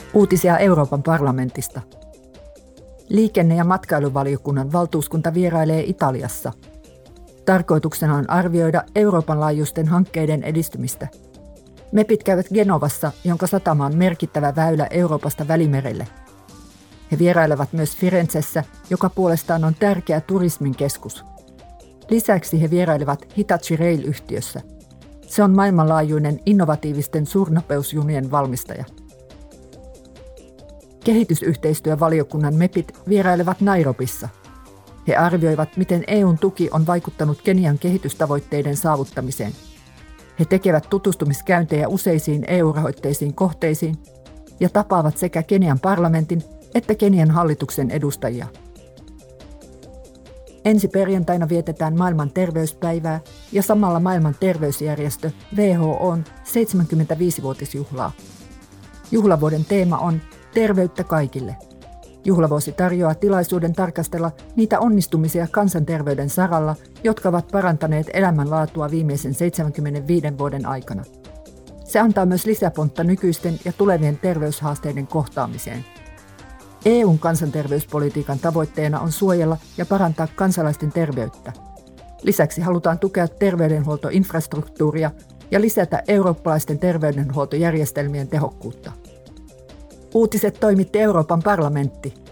Uutisia Euroopan parlamentista. Liikenne- ja matkailuvaliokunnan valtuuskunta vierailee Italiassa. Tarkoituksena on arvioida Euroopan laajuisten hankkeiden edistymistä. MEPit käyvät Genovassa, jonka satama on merkittävä väylä Euroopasta Välimerelle. He vierailevat myös Firenzessä, joka puolestaan on tärkeä turismin keskus. Lisäksi he vierailevat Hitachi Rail-yhtiössä. Se on maailmanlaajuinen innovatiivisten suurnopeusjunien valmistaja. Kehitysyhteistyövaliokunnan MEPit vierailevat Nairobissa. He arvioivat, miten EU:n tuki on vaikuttanut Kenian kehitystavoitteiden saavuttamiseen. He tekevät tutustumiskäyntejä useisiin EU-rahoitteisiin kohteisiin ja tapaavat sekä Kenian parlamentin että Kenian hallituksen edustajia. Ensi perjantaina vietetään maailman terveyspäivää ja samalla maailman terveysjärjestö WHO:n 75-vuotisjuhlaa. Juhlavuoden teema on Terveyttä kaikille. Juhlavuosi tarjoaa tilaisuuden tarkastella niitä onnistumisia kansanterveyden saralla, jotka ovat parantaneet elämänlaatua viimeisen 75 vuoden aikana. Se antaa myös lisäpontta nykyisten ja tulevien terveyshaasteiden kohtaamiseen. EU:n kansanterveyspolitiikan tavoitteena on suojella ja parantaa kansalaisten terveyttä. Lisäksi halutaan tukea terveydenhuoltoinfrastruktuuria ja lisätä eurooppalaisten terveydenhuoltojärjestelmien tehokkuutta. Uutiset toimitti Euroopan parlamentti.